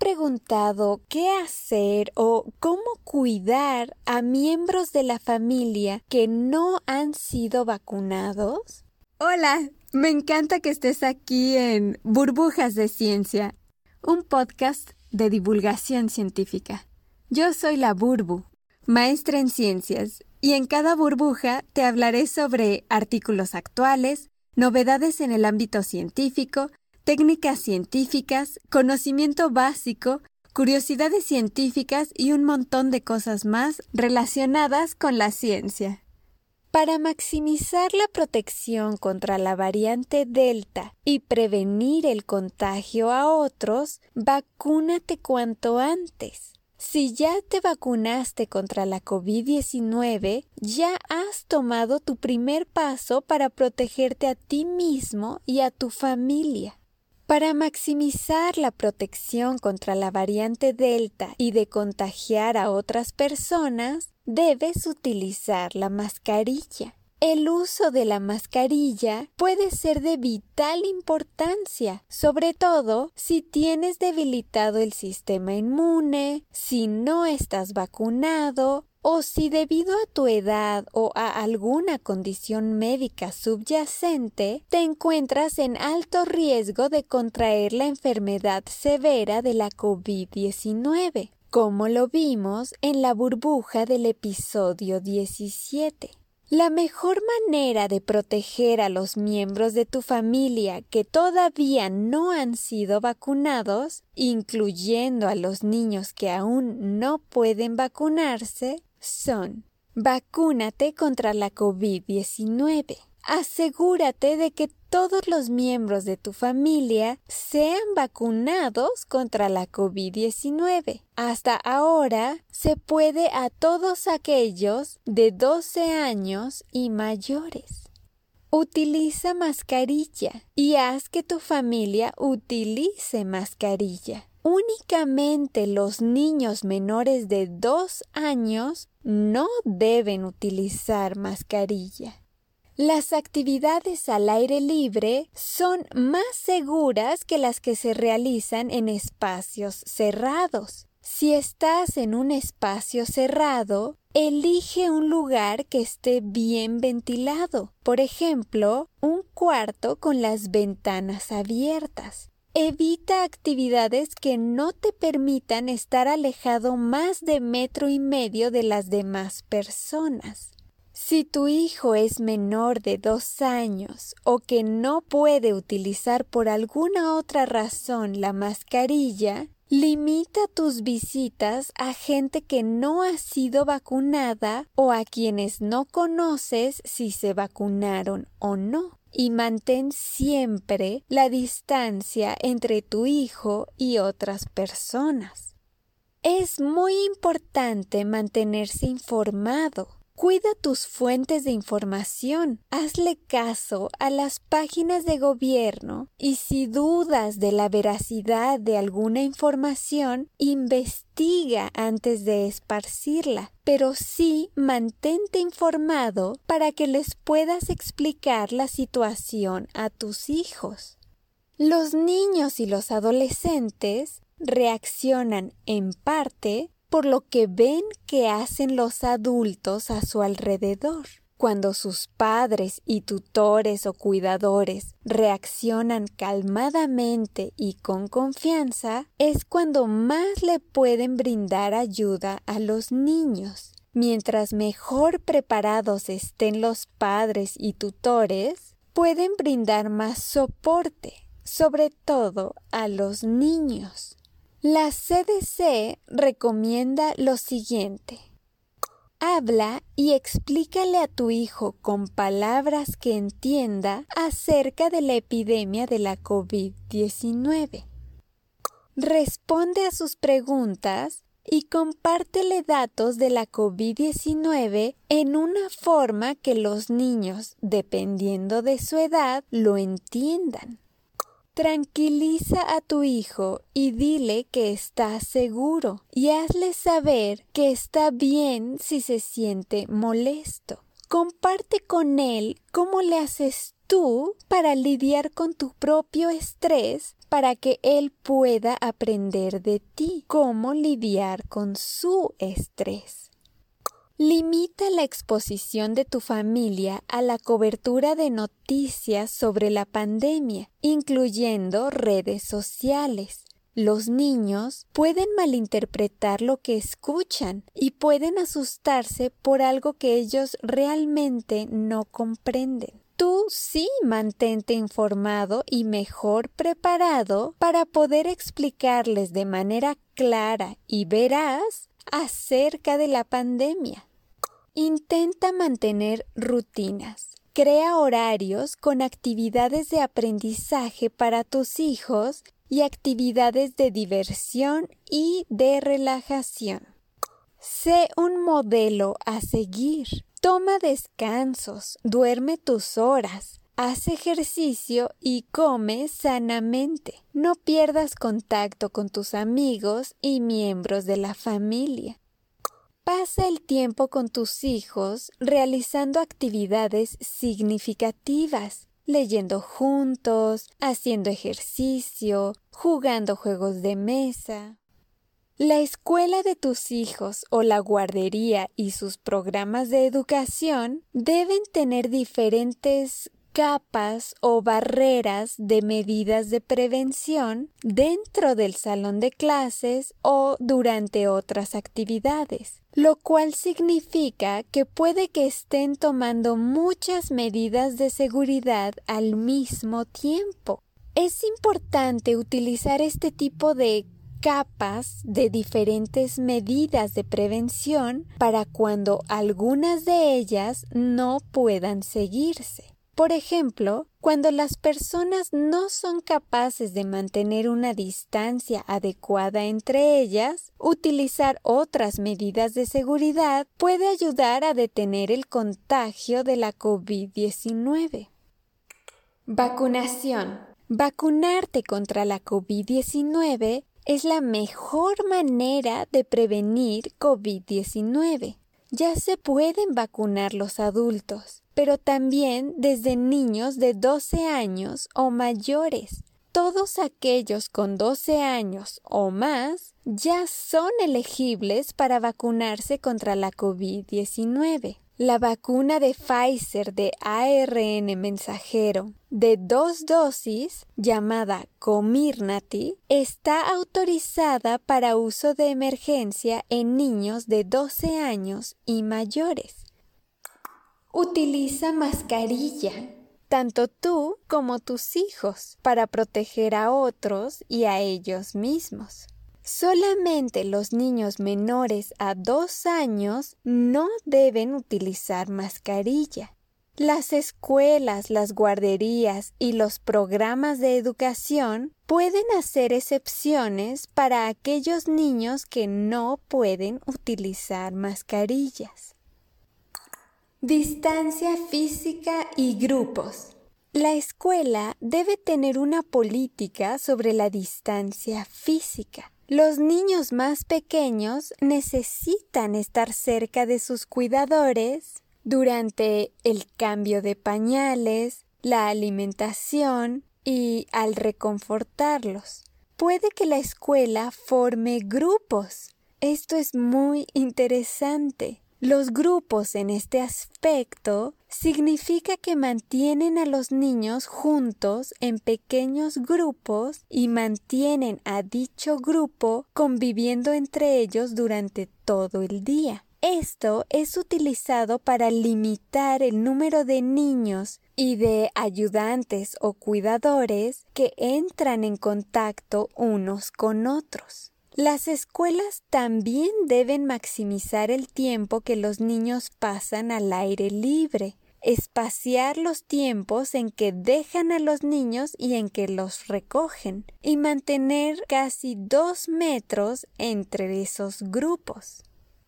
preguntado qué hacer o cómo cuidar a miembros de la familia que no han sido vacunados? Hola, me encanta que estés aquí en Burbujas de Ciencia, un podcast de divulgación científica. Yo soy la Burbu, maestra en ciencias, y en cada burbuja te hablaré sobre artículos actuales, novedades en el ámbito científico, técnicas científicas, conocimiento básico, curiosidades científicas y un montón de cosas más relacionadas con la ciencia. Para maximizar la protección contra la variante Delta y prevenir el contagio a otros, vacúnate cuanto antes. Si ya te vacunaste contra la COVID-19, ya has tomado tu primer paso para protegerte a ti mismo y a tu familia. Para maximizar la protección contra la variante Delta y de contagiar a otras personas, debes utilizar la mascarilla. El uso de la mascarilla puede ser de vital importancia, sobre todo si tienes debilitado el sistema inmune, si no estás vacunado o si debido a tu edad o a alguna condición médica subyacente te encuentras en alto riesgo de contraer la enfermedad severa de la COVID-19, como lo vimos en la burbuja del episodio 17. La mejor manera de proteger a los miembros de tu familia que todavía no han sido vacunados, incluyendo a los niños que aún no pueden vacunarse, son: vacúnate contra la COVID-19. Asegúrate de que todos los miembros de tu familia sean vacunados contra la COVID-19. Hasta ahora se puede a todos aquellos de 12 años y mayores. Utiliza mascarilla y haz que tu familia utilice mascarilla. Únicamente los niños menores de 2 años no deben utilizar mascarilla. Las actividades al aire libre son más seguras que las que se realizan en espacios cerrados. Si estás en un espacio cerrado, elige un lugar que esté bien ventilado. Por ejemplo, un cuarto con las ventanas abiertas. Evita actividades que no te permitan estar alejado más de 1,5 metros de las demás personas. Si tu hijo es menor de 2 años o que no puede utilizar por alguna otra razón la mascarilla, limita tus visitas a gente que no ha sido vacunada o a quienes no conoces si se vacunaron o no. Y mantén siempre la distancia entre tu hijo y otras personas. Es muy importante mantenerse informado. Cuida tus fuentes de información, hazle caso a las páginas de gobierno y si dudas de la veracidad de alguna información, investiga antes de esparcirla, pero sí mantente informado para que les puedas explicar la situación a tus hijos. Los niños y los adolescentes reaccionan en parte por lo que ven que hacen los adultos a su alrededor. Cuando sus padres y tutores o cuidadores reaccionan calmadamente y con confianza, es cuando más le pueden brindar ayuda a los niños. Mientras mejor preparados estén los padres y tutores, pueden brindar más soporte, sobre todo a los niños. La CDC recomienda lo siguiente: habla y explícale a tu hijo con palabras que entienda acerca de la epidemia de la COVID-19. Responde a sus preguntas y compártele datos de la COVID-19 en una forma que los niños, dependiendo de su edad, lo entiendan. Tranquiliza a tu hijo y dile que está seguro y hazle saber que está bien si se siente molesto. Comparte con él cómo le haces tú para lidiar con tu propio estrés para que él pueda aprender de ti cómo lidiar con su estrés. Limita la exposición de tu familia a la cobertura de noticias sobre la pandemia, incluyendo redes sociales. Los niños pueden malinterpretar lo que escuchan y pueden asustarse por algo que ellos realmente no comprenden. Tú sí mantente informado y mejor preparado para poder explicarles de manera clara y veraz acerca de la pandemia. Intenta mantener rutinas. Crea horarios con actividades de aprendizaje para tus hijos y actividades de diversión y de relajación. Sé un modelo a seguir. Toma descansos, duerme tus horas, haz ejercicio y come sanamente. No pierdas contacto con tus amigos y miembros de la familia. Pasa el tiempo con tus hijos realizando actividades significativas, leyendo juntos, haciendo ejercicio, jugando juegos de mesa. La escuela de tus hijos o la guardería y sus programas de educación deben tener diferentes capas o barreras de medidas de prevención dentro del salón de clases o durante otras actividades, lo cual significa que puede que estén tomando muchas medidas de seguridad al mismo tiempo. Es importante utilizar este tipo de capas de diferentes medidas de prevención para cuando algunas de ellas no puedan seguirse. Por ejemplo, cuando las personas no son capaces de mantener una distancia adecuada entre ellas, utilizar otras medidas de seguridad puede ayudar a detener el contagio de la COVID-19. Vacunación. Vacunarte contra la COVID-19 es la mejor manera de prevenir COVID-19. Ya se pueden vacunar los adultos, pero también desde niños de 12 años o mayores. Todos aquellos con 12 años o más ya son elegibles para vacunarse contra la COVID-19. La vacuna de Pfizer de ARN mensajero de 2 dosis, llamada Comirnaty, está autorizada para uso de emergencia en niños de 12 años y mayores. Utiliza mascarilla, tanto tú como tus hijos, para proteger a otros y a ellos mismos. Solamente los niños menores a 2 años no deben utilizar mascarilla. Las escuelas, las guarderías y los programas de educación pueden hacer excepciones para aquellos niños que no pueden utilizar mascarillas. Distancia física y grupos. La escuela debe tener una política sobre la distancia física. Los niños más pequeños necesitan estar cerca de sus cuidadores durante el cambio de pañales, la alimentación y al reconfortarlos. Puede que la escuela forme grupos. Esto es muy interesante. Los grupos en este aspecto significa que mantienen a los niños juntos en pequeños grupos y mantienen a dicho grupo conviviendo entre ellos durante todo el día. Esto es utilizado para limitar el número de niños y de ayudantes o cuidadores que entran en contacto unos con otros. Las escuelas también deben maximizar el tiempo que los niños pasan al aire libre, espaciar los tiempos en que dejan a los niños y en que los recogen, y mantener casi 2 metros entre esos grupos.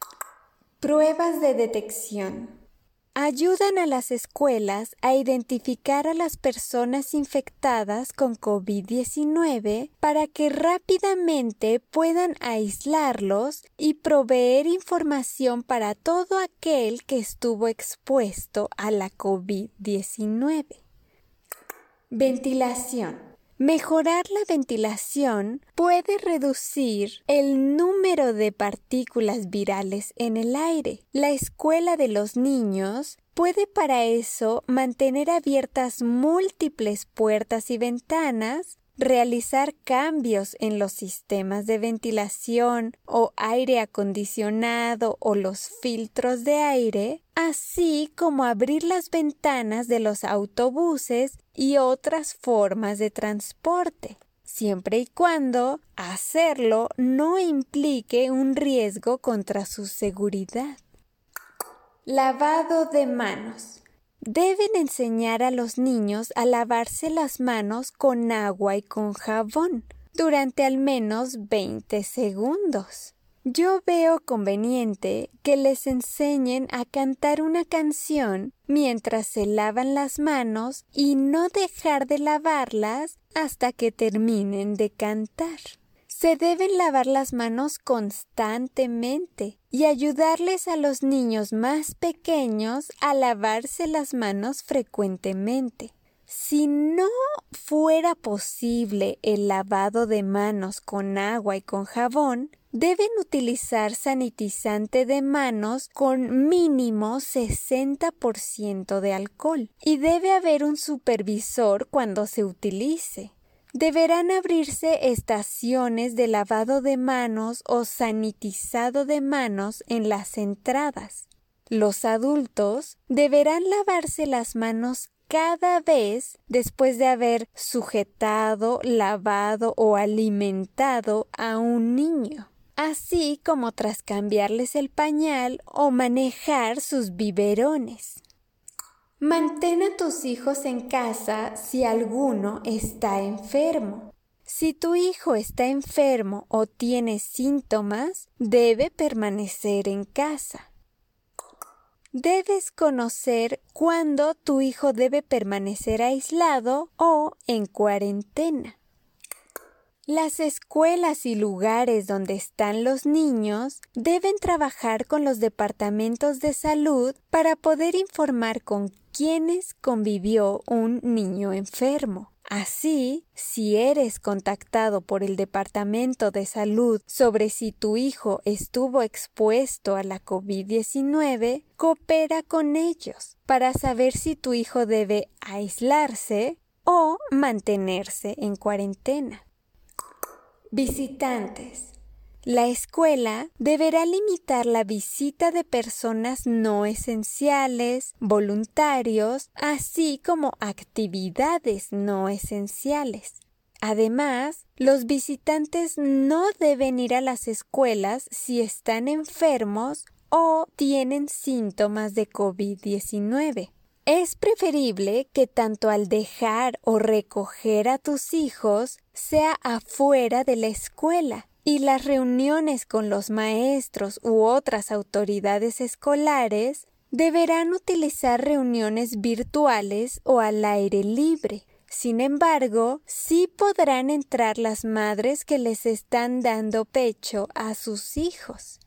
Pruebas de detección. Ayudan a las escuelas a identificar a las personas infectadas con COVID-19 para que rápidamente puedan aislarlos y proveer información para todo aquel que estuvo expuesto a la COVID-19. Ventilación. Mejorar la ventilación puede reducir el número de partículas virales en el aire. La escuela de los niños puede para eso mantener abiertas múltiples puertas y ventanas, realizar cambios en los sistemas de ventilación o aire acondicionado o los filtros de aire, así como abrir las ventanas de los autobuses y otras formas de transporte, siempre y cuando hacerlo no implique un riesgo contra su seguridad. Lavado de manos. Deben enseñar a los niños a lavarse las manos con agua y con jabón durante al menos 20 segundos. Yo veo conveniente que les enseñen a cantar una canción mientras se lavan las manos y no dejar de lavarlas hasta que terminen de cantar. Se deben lavar las manos constantemente y ayudarles a los niños más pequeños a lavarse las manos frecuentemente. Si no fuera posible el lavado de manos con agua y con jabón, deben utilizar sanitizante de manos con mínimo 60% de alcohol y debe haber un supervisor cuando se utilice. Deberán abrirse estaciones de lavado de manos o sanitizado de manos en las entradas. Los adultos deberán lavarse las manos cada vez después de haber sujetado, lavado o alimentado a un niño, así como tras cambiarles el pañal o manejar sus biberones. Mantén a tus hijos en casa si alguno está enfermo. Si tu hijo está enfermo o tiene síntomas, debe permanecer en casa. Debes conocer cuándo tu hijo debe permanecer aislado o en cuarentena. Las escuelas y lugares donde están los niños deben trabajar con los departamentos de salud para poder informar con quiénes convivió un niño enfermo. Así, si eres contactado por el Departamento de Salud sobre si tu hijo estuvo expuesto a la COVID-19, coopera con ellos para saber si tu hijo debe aislarse o mantenerse en cuarentena. Visitantes. La escuela deberá limitar la visita de personas no esenciales, voluntarios, así como actividades no esenciales. Además, los visitantes no deben ir a las escuelas si están enfermos o tienen síntomas de COVID-19. Es preferible que tanto al dejar o recoger a tus hijos sea afuera de la escuela y las reuniones con los maestros u otras autoridades escolares deberán utilizar reuniones virtuales o al aire libre. Sin embargo, sí podrán entrar las madres que les están dando pecho a sus hijos.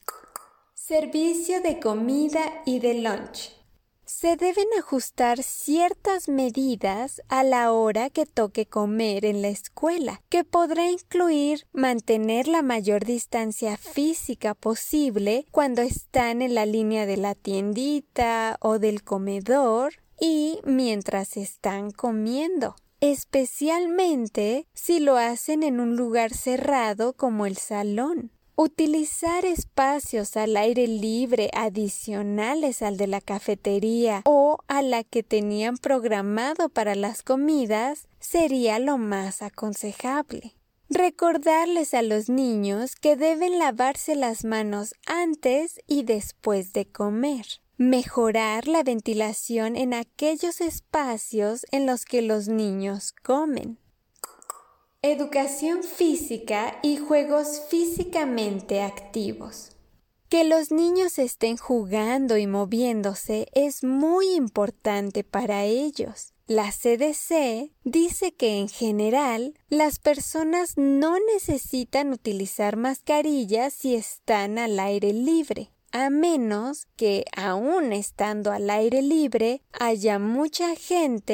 Servicio de comida y de lunch. Se deben ajustar ciertas medidas a la hora que toque comer en la escuela, que podrá incluir mantener la mayor distancia física posible cuando están en la línea de la tiendita o del comedor y mientras están comiendo, especialmente si lo hacen en un lugar cerrado como el salón. Utilizar espacios al aire libre adicionales al de la cafetería o a la que tenían programado para las comidas sería lo más aconsejable. Recordarles a los niños que deben lavarse las manos antes y después de comer. Mejorar la ventilación en aquellos espacios en los que los niños comen. Educación física y juegos físicamente activos. Que los niños estén jugando y moviéndose es muy importante para ellos. La CDC dice que en general las personas no necesitan utilizar mascarillas si están al aire libre, a menos que, aún estando al aire libre, haya mucha gente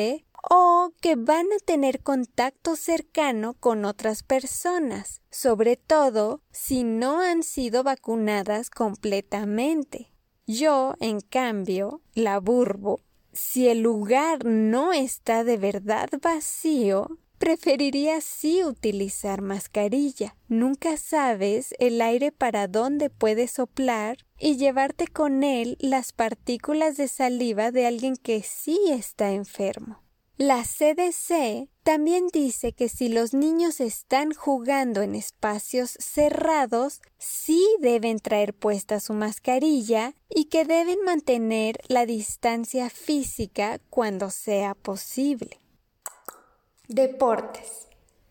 o que van a tener contacto cercano con otras personas, sobre todo si no han sido vacunadas completamente. Yo, en cambio, la Burbu, si el lugar no está de verdad vacío, preferiría sí utilizar mascarilla. Nunca sabes el aire para dónde puede soplar y llevarte con él las partículas de saliva de alguien que sí está enfermo. La CDC también dice que si los niños están jugando en espacios cerrados, sí deben traer puesta su mascarilla y que deben mantener la distancia física cuando sea posible. Deportes.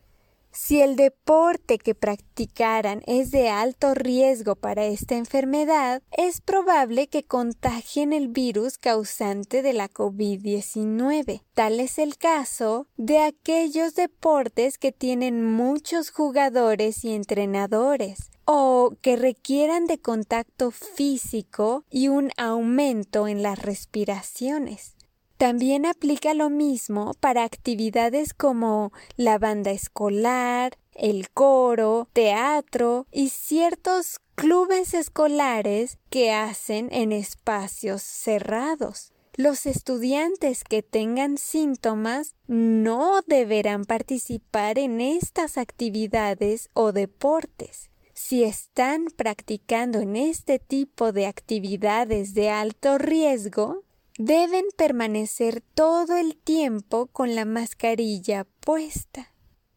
Si el deporte que practicaran es de alto riesgo para esta enfermedad, es probable que contagien el virus causante de la COVID-19. Tal es el caso de aquellos deportes que tienen muchos jugadores y entrenadores, o que requieran de contacto físico y un aumento en las respiraciones. También aplica lo mismo para actividades como la banda escolar, el coro, teatro y ciertos clubes escolares que hacen en espacios cerrados. Los estudiantes que tengan síntomas no deberán participar en estas actividades o deportes. Si están practicando en este tipo de actividades de alto riesgo, deben permanecer todo el tiempo con la mascarilla puesta.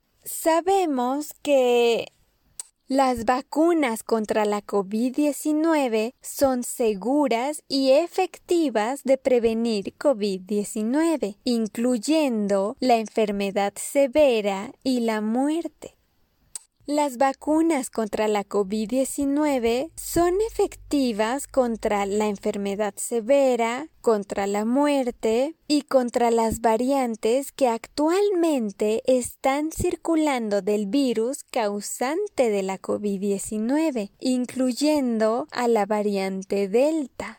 Sabemos que las vacunas contra la COVID-19 son seguras y efectivas de prevenir COVID-19, incluyendo la enfermedad severa y la muerte. Las vacunas contra la COVID-19 son efectivas contra la enfermedad severa, contra la muerte y contra las variantes que actualmente están circulando del virus causante de la COVID-19, incluyendo a la variante Delta.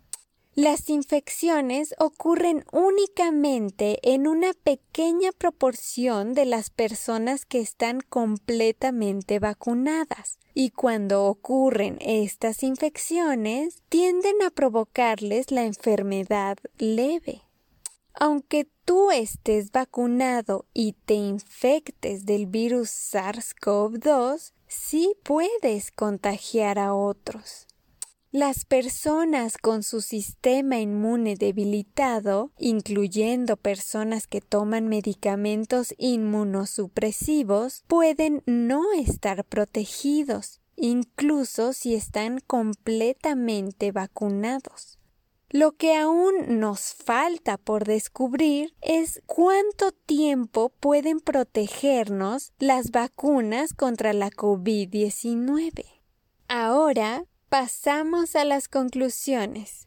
Las infecciones ocurren únicamente en una pequeña proporción de las personas que están completamente vacunadas, y cuando ocurren estas infecciones, tienden a provocarles la enfermedad leve. Aunque tú estés vacunado y te infectes del virus SARS-CoV-2, sí puedes contagiar a otros. Las personas con su sistema inmune debilitado, incluyendo personas que toman medicamentos inmunosupresivos, pueden no estar protegidos, incluso si están completamente vacunados. Lo que aún nos falta por descubrir es cuánto tiempo pueden protegernos las vacunas contra la COVID-19. Ahora, pasamos a las conclusiones.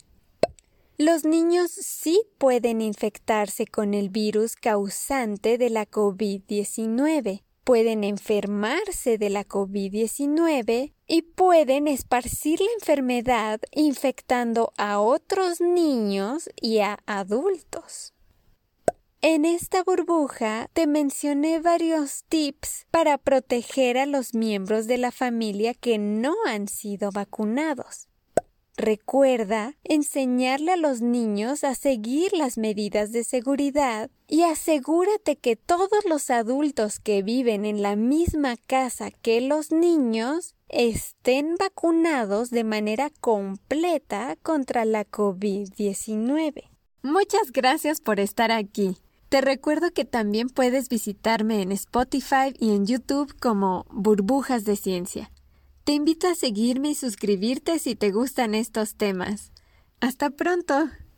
Los niños sí pueden infectarse con el virus causante de la COVID-19, pueden enfermarse de la COVID-19 y pueden esparcir la enfermedad infectando a otros niños y a adultos. En esta burbuja te mencioné varios tips para proteger a los miembros de la familia que no han sido vacunados. Recuerda enseñarle a los niños a seguir las medidas de seguridad y asegúrate que todos los adultos que viven en la misma casa que los niños estén vacunados de manera completa contra la COVID-19. Muchas gracias por estar aquí. Te recuerdo que también puedes visitarme en Spotify y en YouTube como Burbujas de Ciencia. Te invito a seguirme y suscribirte si te gustan estos temas. ¡Hasta pronto!